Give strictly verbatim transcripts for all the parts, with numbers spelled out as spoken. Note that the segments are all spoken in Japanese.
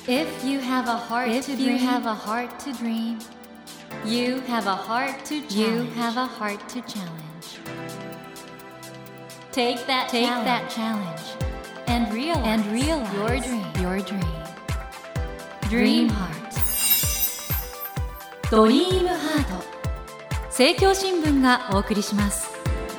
If you have a heart to dream, you have a heart to dream. You have a heart to challenge. You have a heart to challenge. Take that take challenge. that challenge and realize, and realize your dream. Your dream. Dream Heart. Dream Heart. 政教新聞がお送りします。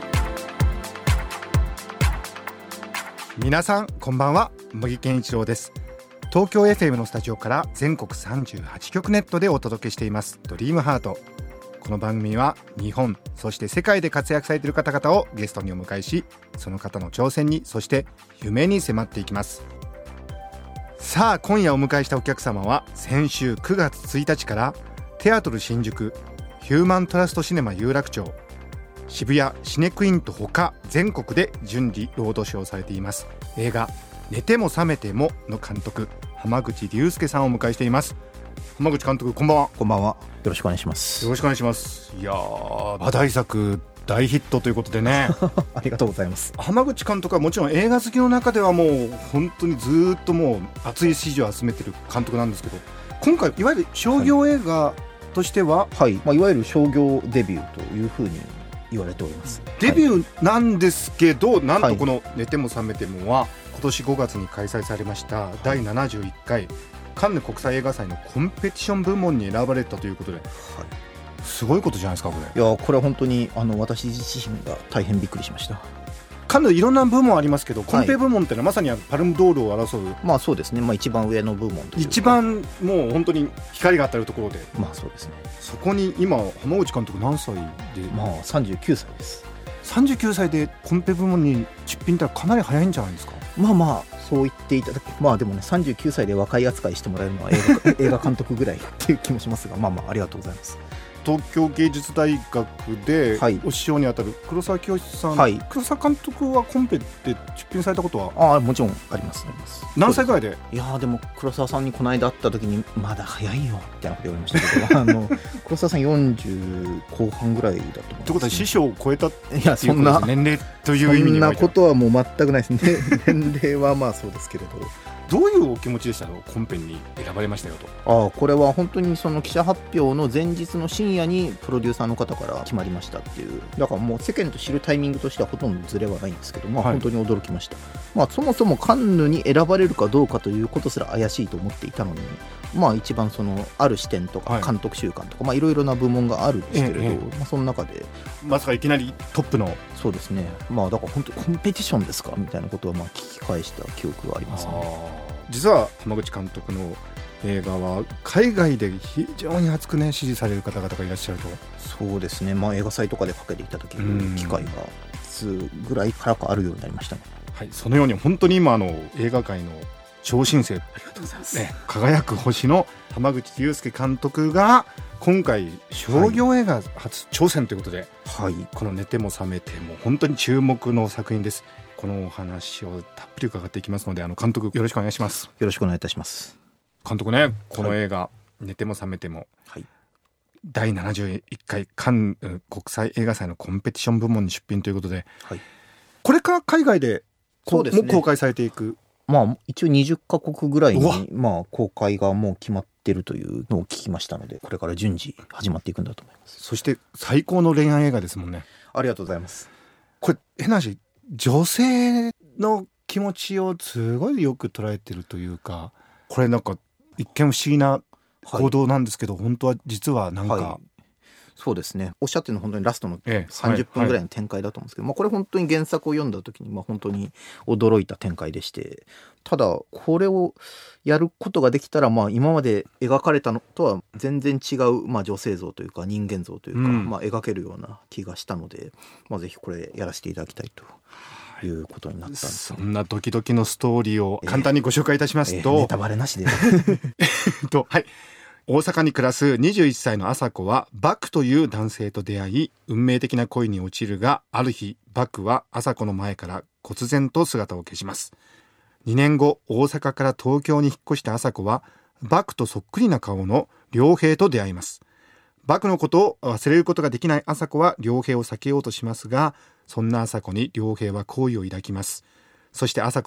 皆さんこんばんは、茂木健一郎です。東京 エフエム のスタジオから全国さんじゅうはちきょくネットでお届けしていますドリームハート。この番組は日本そして世界で活躍されている方々をゲストにお迎えし、その方の挑戦にそして夢に迫っていきます。さあ今夜お迎えしたお客様は先週くがつついたちからテアトル新宿、ヒューマントラストシネマ有楽町、渋谷シネクインと他全国で順次ロードショーされています映画寝ても覚めてもの監督、濱口竜介さんをお迎えしています。濱口監督、こんばんは。 こんばんは。よろしくお願いします。 よろしくお願いします。いやー、話題作大ヒットということでねありがとうございます。 濱口監督はもちろん映画好きの中ではもう本当にずっともう熱い支持を集めている監督なんですけど、今回いわゆる商業映画としては、 はい、まあ、いわゆる商業デビューというふうに言われております。 デビューなんですけど、はい、なんとこの寝ても覚めてもは今年ごがつに開催されましただいななじゅういっかいカンヌ国際映画祭のコンペティション部門に選ばれたということで、はい、すごいことじゃないですかこれ。 いやこれは本当にあの私自身が大変びっくりしました。 カンヌいろんな部門ありますけど、コンペ部門ってのはまさにパルムドールを争う、 まあそうですね、まあ、一番上の部門という一番もう本当に光が当たるところで、 まあそうですね。 そこに今濱口監督何歳で、 まあさんじゅうきゅうさいです。 さんじゅうきゅうさいでコンペ部門に出品ってかなり早いんじゃないですか。 まあまあそう言っていただけ、まあでもねさんじゅうきゅうさいで若い扱いしてもらえるのは映画, 映画監督ぐらいっていう気もしますが、まあまあありがとうございます。 東京芸術大学でお師匠にあたる黒沢清さん、はい、黒沢監督はコンペで出品されたことは？ ああもちろんあります、あります。 何歳ぐらいで？ いやでも黒沢さんにこの間会った時にまだ早いよみたいなこと言われましたけどあの黒沢さんよんじゅうこう半ぐらいだと思います、ね、 ということは師匠を超えたっていういやそんな年齢という意味にそんなことはもう全くないですね年齢はまあそうですけれどどういうお気持ちでしたの？コンペに選ばれましたよと。 ああこれは本当にその記者発表の前日の深夜にプロデューサーの方から決まりましたっていう、だからもう世間と知るタイミングとしてはほとんどズレはないんですけど、まあ、本当に驚きました、はい。まあ、そもそもカンヌに選ばれるかどうかということすら怪しいと思っていたのに、まあ、一番そのある視点とか監督習慣とか、はい、いろいろな部門があるんですけれど、ええまあ、その中でまさかいきなりトップのそうですね、まあ、だから本当コンペティションですかみたいなことはまあ聞き返した記憶がありますね。 実は濱口監督の映画は海外で非常に熱くね支持される方々がいらっしゃると。 そうですね、まあ、映画祭とかでかけていただける機会がいつぐらいからかあるようになりましたね。 はい、そのように本当に今の映画界の超新星、ありがとうございます、ね、輝く星の濱口竜介監督が今回商業映画初挑戦ということで、はい、この寝ても覚めても本当に注目の作品です。このお話をたっぷり伺っていきますので、あの監督よろしくお願いします。 よろしくお願いいたします。 監督ね、この映画、はい、寝ても覚めても、はい、だいななじゅういっかいカンヌ国際映画祭のコンペティション部門に出品ということで、はい、これから海外でこうそうですね、もう公開されていく、 まあ、一応にじゅっかこくぐらいに、まあ、公開がもう決まっているというのを聞きましたので、これから順次始まっていくんだと思います。 そして最高の恋愛映画ですもんね。 ありがとうございます。 これ変な話、女性の気持ちをすごいよく捉えてるというか、これなんか一見不思議な行動なんですけど、はい、本当は実はなんか、はい、 そうですね、おっしゃってるのは本当にラストのさんじゅっぷんぐらいの展開だと思うんですけど、ええはいはい、まあ、これ本当に原作を読んだ時にまあ本当に驚いた展開でして、ただこれをやることができたら、まあ今まで描かれたのとは全然違う、まあ、女性像というか人間像というか、うん、まあ、描けるような気がしたので、まあ、ぜひこれやらせていただきたいということになったんです、 ね、そんなドキドキのストーリーを簡単にご紹介いたしますと、えーえー、 ネタバレなしでと、はい、大阪に暮らすにじゅういっさいの朝子はバクという男性と出会い、運命的な恋に落ちるが、ある日バクは朝子の前から忽然と姿を消します。にねんご、大阪から東京に引っ越した朝子はバクとそっくりな顔の良平と出会います。バクのことを忘れることができない朝子は良平を避けようとしますが、そんな朝子に良平は好意を抱きます。そして朝子も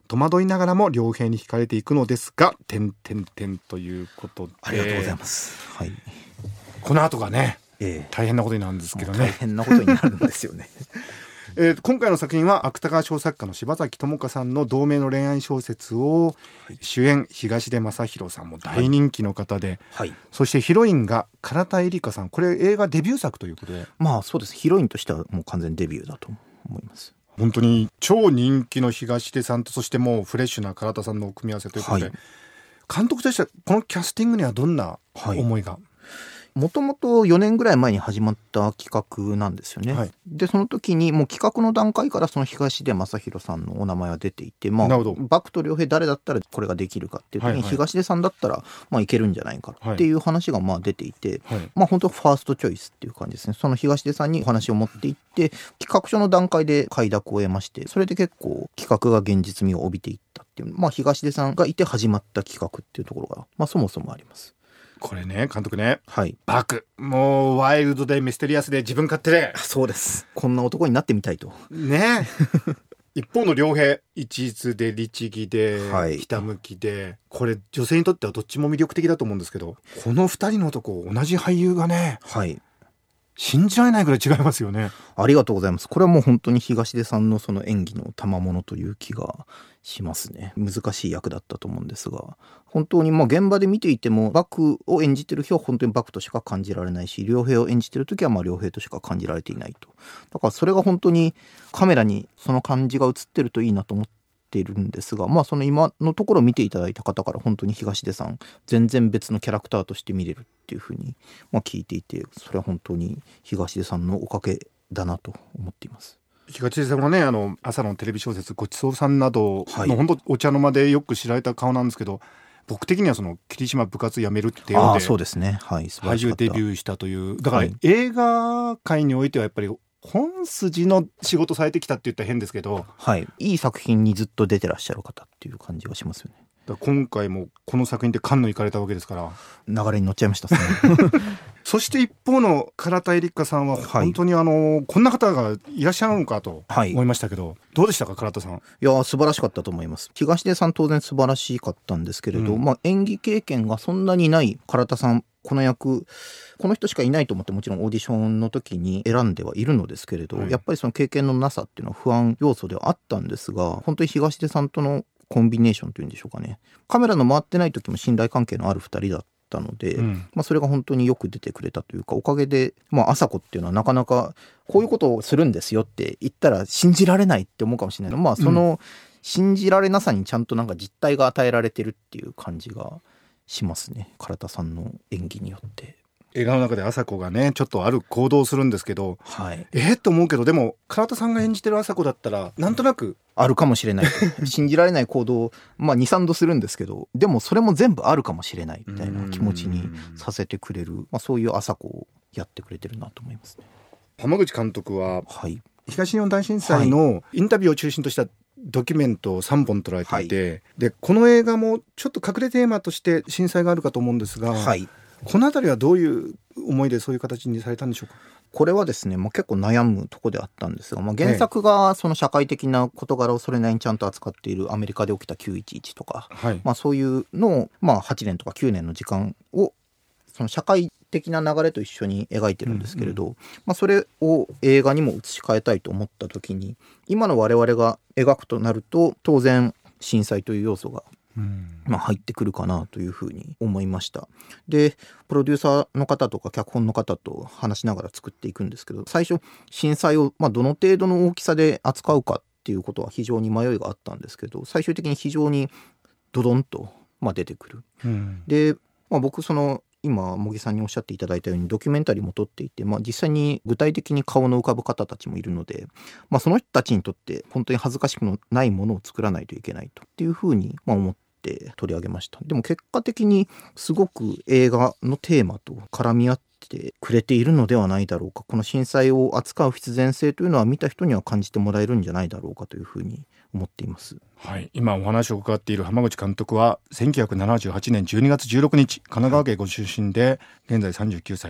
戸惑いながらも良平に惹かれていくのですが点点点ということで、 ありがとうございます、はい、 この後がね、 ええ、 大変なことになるんですけどね。 大変なことになるんですよねえー、今回の作品は芥川賞作家の柴崎友香さんの同名の恋愛小説を、はい、主演東出昌大さんも大人気の方で、はいはい、そしてヒロインが唐田絵梨香さん、これ映画デビュー作ということで、 まあそうです、ヒロインとしてはもう完全デビューだと思います。 本当に超人気の東出さんと、そしてもうフレッシュな唐田さんの組み合わせということで、はい、監督としてはこのキャスティングにはどんな思いが、はい、 もともとよねんぐらい前に始まった企画なんですよね、はい、でその時にもう企画の段階からその東出昌大さんのお名前は出ていて、まあ、バクと良平誰だったらこれができるかっていう時に、はいはい、東出さんだったらまあいけるんじゃないかっていう話がまあ出ていて、はい、まあ本当ファーストチョイスっていう感じですね。その東出さんにお話を持っていって企画書の段階で快諾を得まして、それで結構企画が現実味を帯びていったっていう、まあ東出さんがいて始まった企画っていうところが、まあ、そもそもあります。 これね、監督ね、 はい、 バクもうワイルドでミステリアスで自分勝手で、 そうです、こんな男になってみたいとね一方の良平、一途で律儀で、はい、ひたむきで、これ女性にとってはどっちも魅力的だと思うんですけど、この二人の男同じ俳優がね、 はい、 信じられないぐらい違いますよね。 ありがとうございます。これはもう本当に東出さんのその演技の賜物という気がしますね。難しい役だったと思うんですが、本当にまあ現場で見ていてもバクを演じてる日は本当にバクとしか感じられないし、良平を演じてる時はまあ良平としか感じられていないと。だからそれが本当にカメラにその感じが映ってるといいなと思っているんですが、まあその今のところ見ていただいた方から本当に東出さん全然別のキャラクターとして見れるっていうふうにまあ聞いていて、それは本当に東出さんのおかげだなと思っています。 東出さんはね、あの朝のテレビ小説ごちそうさんなどの本当お茶の間でよく知られた顔なんですけど、僕的にはその霧島部活やめるっていうので、 そうですね、はい、 俳優デビューしたという、だから映画界においてはやっぱり本筋の仕事されてきたって言ったら変ですけど、 はい、いい作品にずっと出てらっしゃる方っていう感じがしますよね。 だ今回もこの作品でカンヌ行かれたわけですから流れに乗っちゃいましたねそして一方の唐田絵梨香さんは本当にあの、はい、こんな方がいらっしゃるのかと思いましたけど、はい、どうでしたか唐田さん。 いや素晴らしかったと思います。東出さん当然素晴らしかったんですけれど、うん、まあ、演技経験がそんなにない唐田さん、この役この人しかいないと思ってもちろんオーディションの時に選んではいるのですけれど、はい、やっぱりその経験のなさっていうのは不安要素ではあったんですが、本当に東出さんとのコンビネーションというんでしょうかね、カメラの回ってない時も信頼関係のあるふたりだったので、うん、まあ、それが本当によく出てくれたというか、おかげで、まあ、朝子っていうのはなかなかこういうことをするんですよって言ったら信じられないって思うかもしれないの、まあ、その信じられなさにちゃんとなんか実態が与えられてるっていう感じがしますね、唐田さんの演技によって。 映画の中で朝子がねちょっとある行動をするんですけど、 はい、 えー、と思うけど、でも唐田さんが演じてる朝子だったらなんとなくあるかもしれない信じられない行動を、まあ、にさんどするんですけど、でもそれも全部あるかもしれないみたいな気持ちにさせてくれる、まあ、そういう朝子をやってくれてるなと思いますね。 浜口監督は、 はい、 東日本大震災のインタビューを中心としたドキュメントをさんぼん捉えていて、はい、でこの映画もちょっと隠れテーマとして震災があるかと思うんですが、はい、このあたりはどういう思いでそういう形にされたんでしょうか。 これはですね、まあ、結構悩むとこであったんですが、まあ、原作がその社会的な事柄をそれなりにちゃんと扱っているアメリカで起きたきゅういちいちとか、はい、まあ、そういうのを、まあ、はちねんとかきゅうねんの時間をその社会的な流れと一緒に描いてるんですけれど、うんうん、まあ、それを映画にも移し替えたいと思った時に、今の我々が描くとなると当然震災という要素がまあ、入ってくるかなというふうに思いました。でプロデューサーの方とか脚本の方と話しながら作っていくんですけど、最初震災をまあどの程度の大きさで扱うかっていうことは非常に迷いがあったんですけど、最終的に非常にドドンとまあ出てくる、うん、で、まあ、僕その今茂木さんにおっしゃっていただいたようにドキュメンタリーも撮っていて、まあ、実際に具体的に顔の浮かぶ方たちもいるので、まあ、その人たちにとって本当に恥ずかしくないものを作らないといけないとっていうふうにまあ思って取り上げました。でも結果的にすごく映画のテーマと絡み合ってくれているのではないだろうか。この震災を扱う必然性というのは見た人には感じてもらえるんじゃないだろうかというふうに思っています。 はい、今お話を伺っている浜口監督はせんきゅうひゃくななじゅうはちねんじゅうにがつじゅうろくにち神奈川県ご出身で現在さんじゅうきゅうさい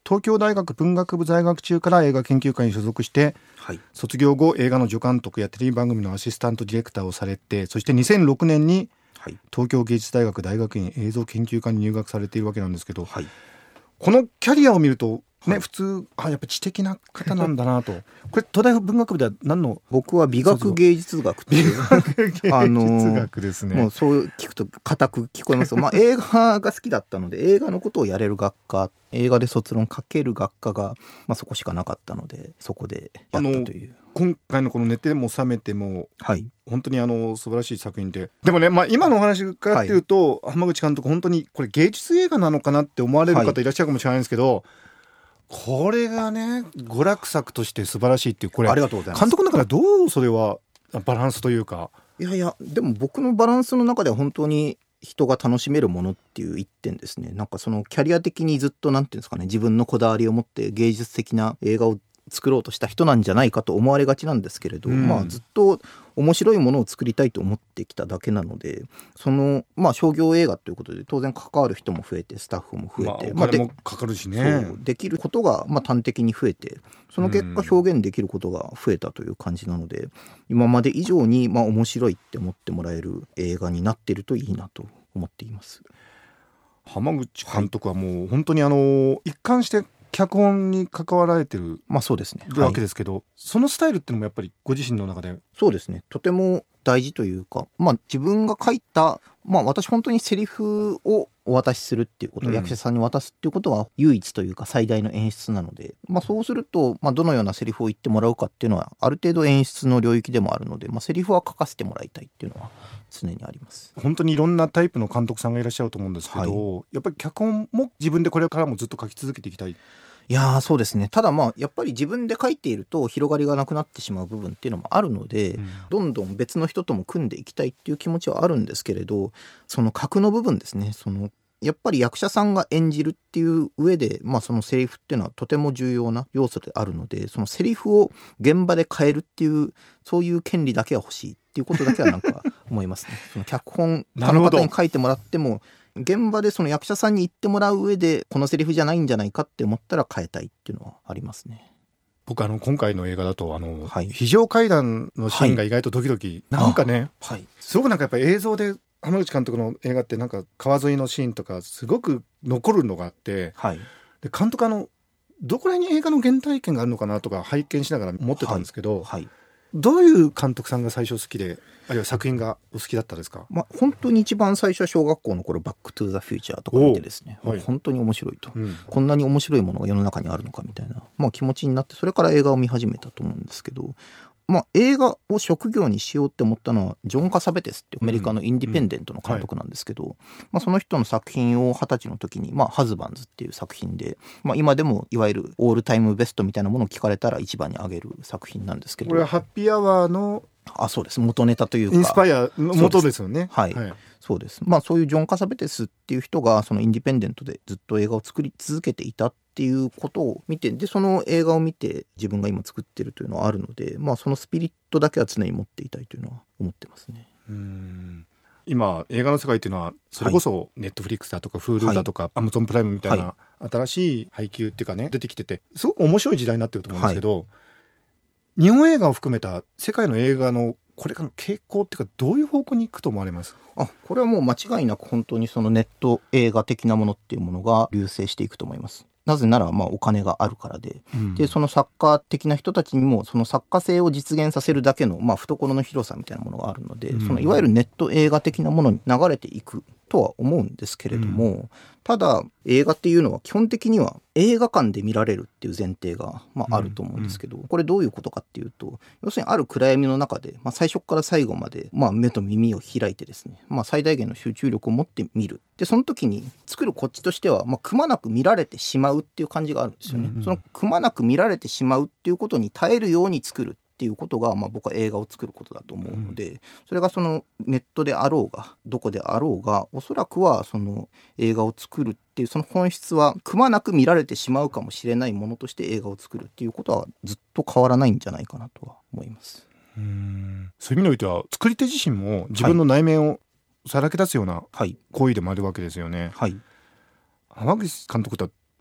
東京大学文学部在学中から映画研究会に所属して、はい、卒業後映画の助監督やテレビ番組のアシスタントディレクターをされて、そしてにせんろくねんに東京芸術大学大学院映像研究科に入学されているわけなんですけど、はい、このキャリアを見るとね、はい、普通あやっぱ知的な方なんだなとこれ東大文学部では何の？ 僕は美学芸術学っていうあの芸術学ですね。 もうそう聞くと固く聞こえますまあ映画が好きだったので映画のことをやれる学科、映画で卒論書ける学科が、まあ、そこしかなかったのでそこでやったという。 今回のこの寝ても覚めても、はい、本当にあの素晴らしい作品で、でもね、まあ、今のお話からっていうと、はい、浜口監督本当にこれ芸術映画なのかなって思われる方いらっしゃるかもしれないんですけど、はい、これがね娯楽作として素晴らしいっていう、これありがとうございます。 監督の中ではどうそれはバランスというか。 いやいやでも僕のバランスの中では本当に人が楽しめるものっていう一点ですね。なんかそのキャリア的にずっとなんていうんですかね、自分のこだわりを持って芸術的な映画を作ろうとした人なんじゃないかと思われがちなんですけれど、うん、まあずっと面白いものを作りたいと思ってきただけなので、そのまあ商業映画ということで当然関わる人も増えてスタッフも増えて、 まあ、お金もかかるしね、 そうできることがまあ端的に増えて、その結果表現できることが増えたという感じなので、うん、今まで以上にまあ面白いって思ってもらえる映画になっているといいなと思っています。 浜口監督はもう本当にあの一貫して脚本に関わられてる、 まあそうですね、 わけですけど、はい、そのスタイルっていうのもやっぱりご自身の中でそうですね、とても大事というか、まあ自分が書いた、まあ私本当にセリフをお渡しするっていうこと、うん、役者さんに渡すっていうことは唯一というか最大の演出なので、まあそうすると、まあどのようなセリフを言ってもらうかっていうのはある程度演出の領域でもあるので、まあセリフは書かせてもらいたいっていうのは常にあります。 本当にいろんなタイプの監督さんがいらっしゃると思うんですけど、はい、やっぱり脚本も自分でこれからもずっと書き続けていきたい。 いやーそうですね。ただまあやっぱり自分で書いていると広がりがなくなってしまう部分っていうのもあるので、うん、どんどん別の人とも組んでいきたいっていう気持ちはあるんですけれど、その核の部分ですね、そのやっぱり役者さんが演じるっていう上で、まあ、そのセリフっていうのはとても重要な要素であるので、そのセリフを現場で変えるっていうそういう権利だけは欲しいっていうことだけはなんか思いますね。その脚本他の方に書いてもらっても現場でその役者さんに言ってもらう上でこのセリフじゃないんじゃないかって思ったら変えたいっていうのはありますね。 僕あの今回の映画だとあの、はい、非常階段のシーンが意外とドキドキ、はい、なんかね、はい、すごくなんかやっぱり映像で浜口監督の映画ってなんか川沿いのシーンとかすごく残るのがあって、はい、で監督あのどこら辺に映画の原体験があるのかなとか拝見しながら思ってたんですけど、はいはい、どういう監督さんが最初好きで、あるいは作品がお好きだったですか？ まあ、本当に一番最初は小学校の頃バックトゥーザフューチャーとか見てですね、はい、本当に面白いと、うん、こんなに面白いものが世の中にあるのかみたいな、まあ、気持ちになって、それから映画を見始めたと思うんですけど、まあ、映画を職業にしようって思ったのはジョン・カサベテスってアメリカのインディペンデントの監督なんですけど、うんうんはいまあ、その人の作品をはたちの時に、まあ、ハズバンズっていう作品で、まあ、今でもいわゆるオールタイムベストみたいなものを聞かれたら一番に挙げる作品なんですけど、 これはハッピーアワーのあそうです元ネタというかインスパイアの元ですよね。 はい、はい、そうです。まあそういうジョン・カサベテスっていう人がそのインディペンデントでずっと映画を作り続けていたっていうことを見て、でその映画を見て自分が今作ってるというのはあるので、まあそのスピリットだけは常に持っていたいというのは思ってますね。 うーん今映画の世界っていうのはそれこそネットフリックスだとか Hulu だとか Amazon プライムみたいな新しい配給っていうかね出てきててすごく面白い時代になってると思うんですけど、はい、日本映画を含めた世界の映画のこれからの傾向っていうかどういう方向に行くと思われます？ あこれはもう間違いなく本当にそのネット映画的なものっていうものが隆盛していくと思います。なぜならまあお金があるからで、うん、でその作家的な人たちにもその作家性を実現させるだけのまあ懐の広さみたいなものがあるので、うん、そのいわゆるネット映画的なものに流れていくとは思うんですけれども、うん、ただ映画っていうのは基本的には映画館で見られるっていう前提がまああると思うんですけど、うんうん、これどういうことかっていうと、要するにある暗闇の中で、まあ、最初から最後までまあ目と耳を開いてですね、まあ、最大限の集中力を持って見る。でその時に作るこっちとしては、まあ、くまなく見られてしまうっていう感じがあるんですよね、うんうん、そのくまなく見られてしまうっていうことに耐えるように作るっていうことが、まあ、僕は映画を作ることだと思うので、うん、それがそのネットであろうがどこであろうがおそらくはその映画を作るっていうその本質はくまなく見られてしまうかもしれないものとして映画を作るっていうことはずっと変わらないんじゃないかなとは思います。 うーんそういう意味においては作り手自身も自分の内面をさらけ出すような行為でもあるわけですよね。はい、浜口監督とは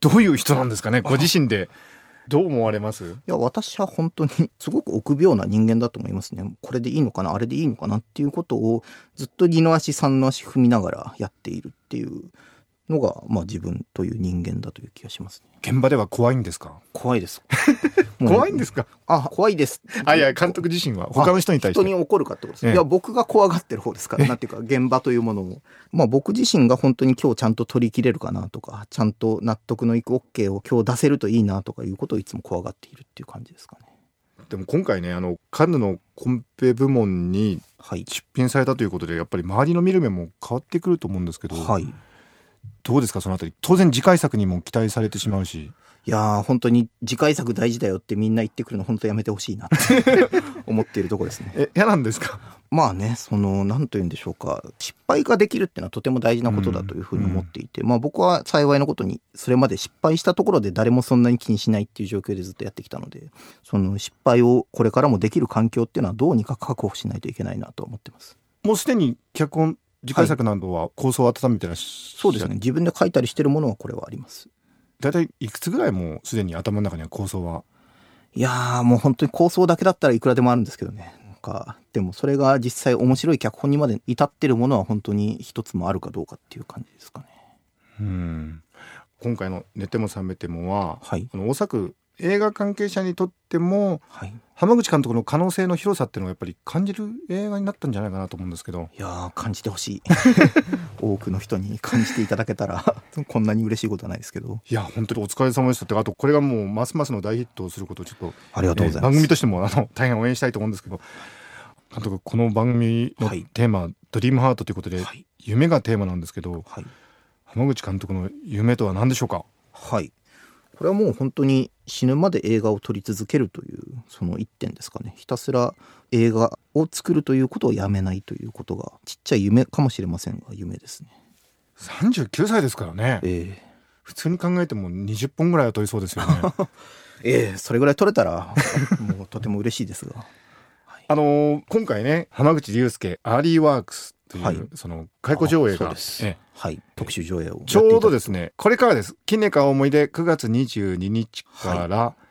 どういう人なんですかね、ご自身でどう思われます？ いや、私は本当にすごく臆病な人間だと思いますね。これでいいのかな、あれでいいのかなっていうことをずっと二の足三の足踏みながらやっているっていうのが、まあ、自分という人間だという気がしますね。 現場では怖いんですか？ 怖いです怖いんですか？ あ、怖いです。 あ、いや、監督自身は他の人に対して人に怒るかってことです、 ええ、 いや、僕が怖がってる方ですからなんていうか現場というものを、まあ、僕自身が本当に今日ちゃんと取り切れるかなとか、ちゃんと納得のいく OK を今日出せるといいなとかいうことをいつも怖がっているっていう感じですかね。 でも今回ね、あのカンヌのコンペ部門に出品されたということで、はい、やっぱり周りの見る目も変わってくると思うんですけど、はい、どうですかそのあたり。当然次回作にも期待されてしまうし。 いやー、本当に次回作大事だよってみんな言ってくるの本当やめてほしいなって思っているところですね。 え、嫌なんですか？ まあね、その何と言うんでしょうか、失敗ができるっていうのはとても大事なことだというふうに思っていて、うんうん、まあ僕は幸いのことにそれまで失敗したところで誰もそんなに気にしないっていう状況でずっとやってきたので、その失敗をこれからもできる環境っていうのはどうにか確保しないといけないなと思ってます。 もうすでに脚本次回作などは構想を温めてらっしゃる？ そうですね、自分で書いたりしてるものはこれはあります。 だいたいいくつぐらいもうすでに頭の中には構想は？ いやー、もう本当に構想だけだったらいくらでもあるんですけどね。なんかでもそれが実際面白い脚本にまで至ってるものは本当に一つもあるかどうかっていう感じですかね。 うん、今回の寝ても覚めてもは、はい、あの大作映画関係者にとっても、はい、浜口監督の可能性の広さっていうのをやっぱり感じる映画になったんじゃないかなと思うんですけど。 いや感じてほしい多くの人に感じていただけたらこんなに嬉しいことはないですけど。 いや本当にお疲れ様でした。って、あとこれがもうますますの大ヒットをすることをちょっとありがとうございます、 えー、番組としてもあの大変応援したいと思うんですけど、監督この番組のテーマ、はい、ドリームハートということで、はい、夢がテーマなんですけど、はい、浜口監督の夢とは何でしょうか？ はい、これはもう本当に死ぬまで映画を撮り続けるというその一点ですかね。ひたすら映画を作るということをやめないということがちっちゃい夢かもしれませんが夢ですね。 さんじゅうきゅうさいですからね、えー、普通に考えてもにじゅっぽんぐらいは撮りそうですよねええ、それぐらい撮れたらもうとても嬉しいですがはい、あのー、今回ね浜口竜介アーリーワークスという、はい、その回顧上映が、 えはい、特集上映をちょうどですねこれからです。キネカ思い出くがつにじゅうににちから、はい、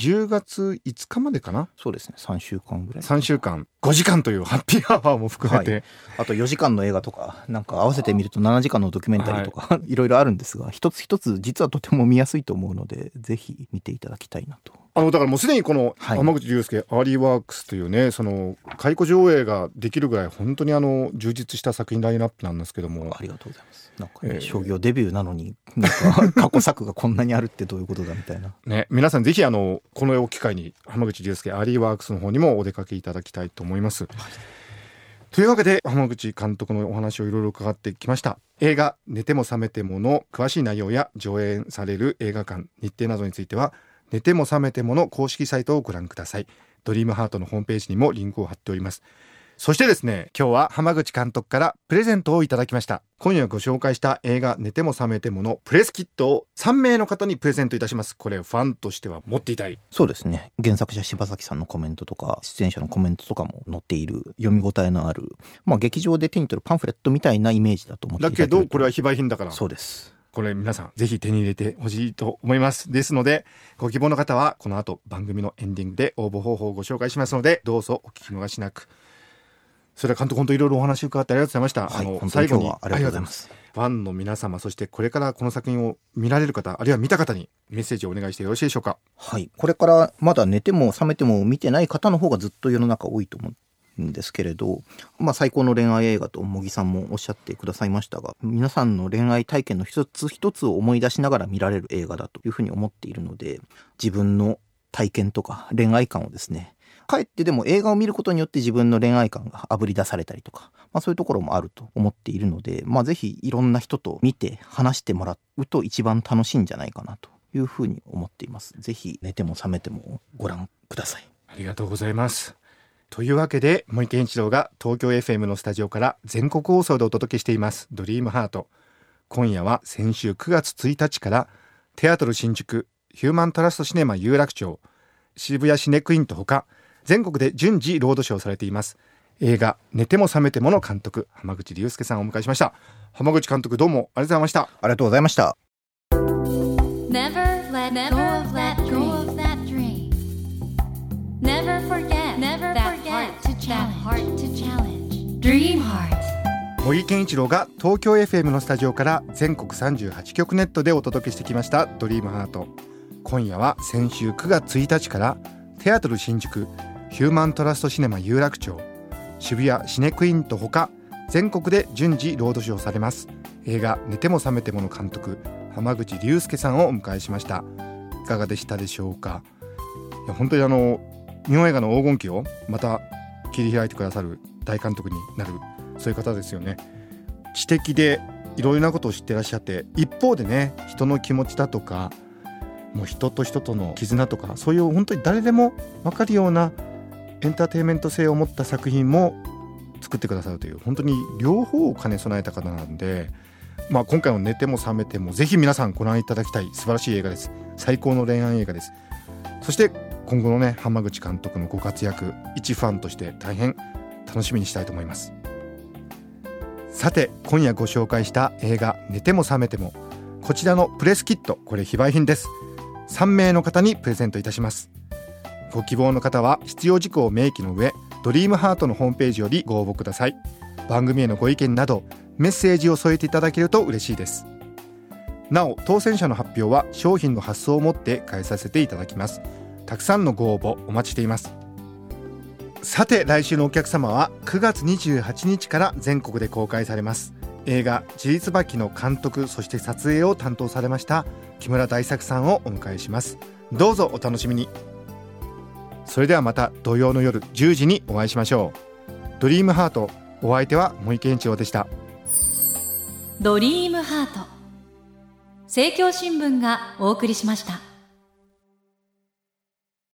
じゅうがついつかまでかな。 そうですね、さんしゅうかんぐらい。 さんしゅうかんごじかんというハッピーアワーも含めて、はい、 あとよじかんの映画とかなんか合わせてみるとななじかんのドキュメンタリーとか、はい、いろいろあるんですが一つ一つ実はとても見やすいと思うのでぜひ見ていただきたいなと。 あのだからもうすでにこの浜口竜介アーリーワークスというねその回顧上映ができるぐらい本当にあの充実した作品ラインナップなんですけども。 ありがとうございます。なんか、ねえー、商業デビューなのになんか過去作がこんなにあるってどういうことだみたいなね、皆さんぜひあのこの機会に浜口竜介アーリーワークスの方にもお出かけいただきたいと思います、はい、というわけで浜口監督のお話をいろいろ伺ってきました。映画寝ても覚めてもの詳しい内容や上映される映画館日程などについては寝ても覚めてもの公式サイトをご覧ください。ドリームハートのホームページにもリンクを貼っております。そしてですね今日は浜口監督からプレゼントをいただきました。今夜ご紹介した映画寝ても覚めてものプレスキットをさんめいの方にプレゼントいたします。これファンとしては持っていたい。 そうですね、原作者柴崎さんのコメントとか出演者のコメントとかも載っている読み応えのある、まあ、劇場で手に取るパンフレットみたいなイメージだと思っていただけると。 だけどこれは非売品だから。 そうです。 これ皆さんぜひ手に入れてほしいと思います。ですのでご希望の方はこの後番組のエンディングで応募方法をご紹介しますのでどうぞお聞き逃しなく。それは監督本当いろいろお話を伺ってありがとうございました、 はい、 あの最後にありがとうございます。 ファンの皆様そしてこれからこの作品を見られる方あるいは見た方にメッセージをお願いしてよろしいでしょうか。 はい、これからまだ寝ても覚めても見てない方の方がずっと世の中多いと思うんですけれど、まあ、最高の恋愛映画と茂木さんもおっしゃってくださいましたが皆さんの恋愛体験の一つ一つを思い出しながら見られる映画だというふうに思っているので自分の体験とか恋愛観をですねかえってでも映画を見ることによって自分の恋愛観があぶり出されたりとか、まあ、そういうところもあると思っているので、まあ、ぜひいろんな人と見て話してもらうと一番楽しいんじゃないかなというふうに思っています。ぜひ寝ても覚めてもご覧ください。 ありがとうございます。というわけで森健一郎が東京 エフエム のスタジオから全国放送でお届けしていますドリームハート。今夜は先週くがつついたちからテアトル新宿ヒューマントラストシネマ有楽町渋谷シネクイントほか全国で順次ロードショーされています映画寝ても覚めてもの監督浜口竜介さんをお迎えしました。浜口監督どうもありがとうございました。 ありがとうございました。 Never let go of that dream. Never forget that heart to challenge. Dream Heart。 茂木健一郎が東京 エフエム のスタジオから全国さんじゅうはちきょくネットでお届けしてきましたドリームハート。今夜は先週くがつついたちからテアトル新宿、ヒューマントラストシネマ有楽町、渋谷シネクイントほか全国で順次ロードショーされます映画寝ても覚めてもの監督濱口竜介さんをお迎えしました。いかがでしたでしょうか。いや本当にあの日本映画の黄金期をまた切り開いてくださる大監督になる、そういう方ですよね。知的でいろいろなことを知ってらっしゃって、一方でね人の気持ちだとかもう人と人との絆とか、そういう本当に誰でも分かるようなエンターテインメント性を持った作品も作ってくださるという、本当に両方を兼ね備えた方なんで、まあ、今回の寝ても覚めてもぜひ皆さんご覧いただきたい素晴らしい映画です。最高の恋愛映画です。そして今後のね濱口監督のご活躍、一ファンとして大変楽しみにしたいと思います。さて今夜ご紹介した映画寝ても覚めても、こちらのプレスキット、これ非売品です。さんめいの方にプレゼントいたします。ご希望の方は必要事項を明記の上、ドリームハートのホームページよりご応募ください。番組へのご意見などメッセージを添えていただけると嬉しいです。なお当選者の発表は商品の発送をもって返させていただきます。たくさんのご応募お待ちしています。さて来週のお客様はくがつにじゅうはちにちから全国で公開されます映画じりつばきの監督、そして撮影を担当されました木村大作さんをお迎えします。どうぞお楽しみに。それではまた土曜の夜じゅうじにお会いしましょう。ドリームハート、お相手は茂木健一郎でした。 ドリームハート、政教新聞がお送りしました。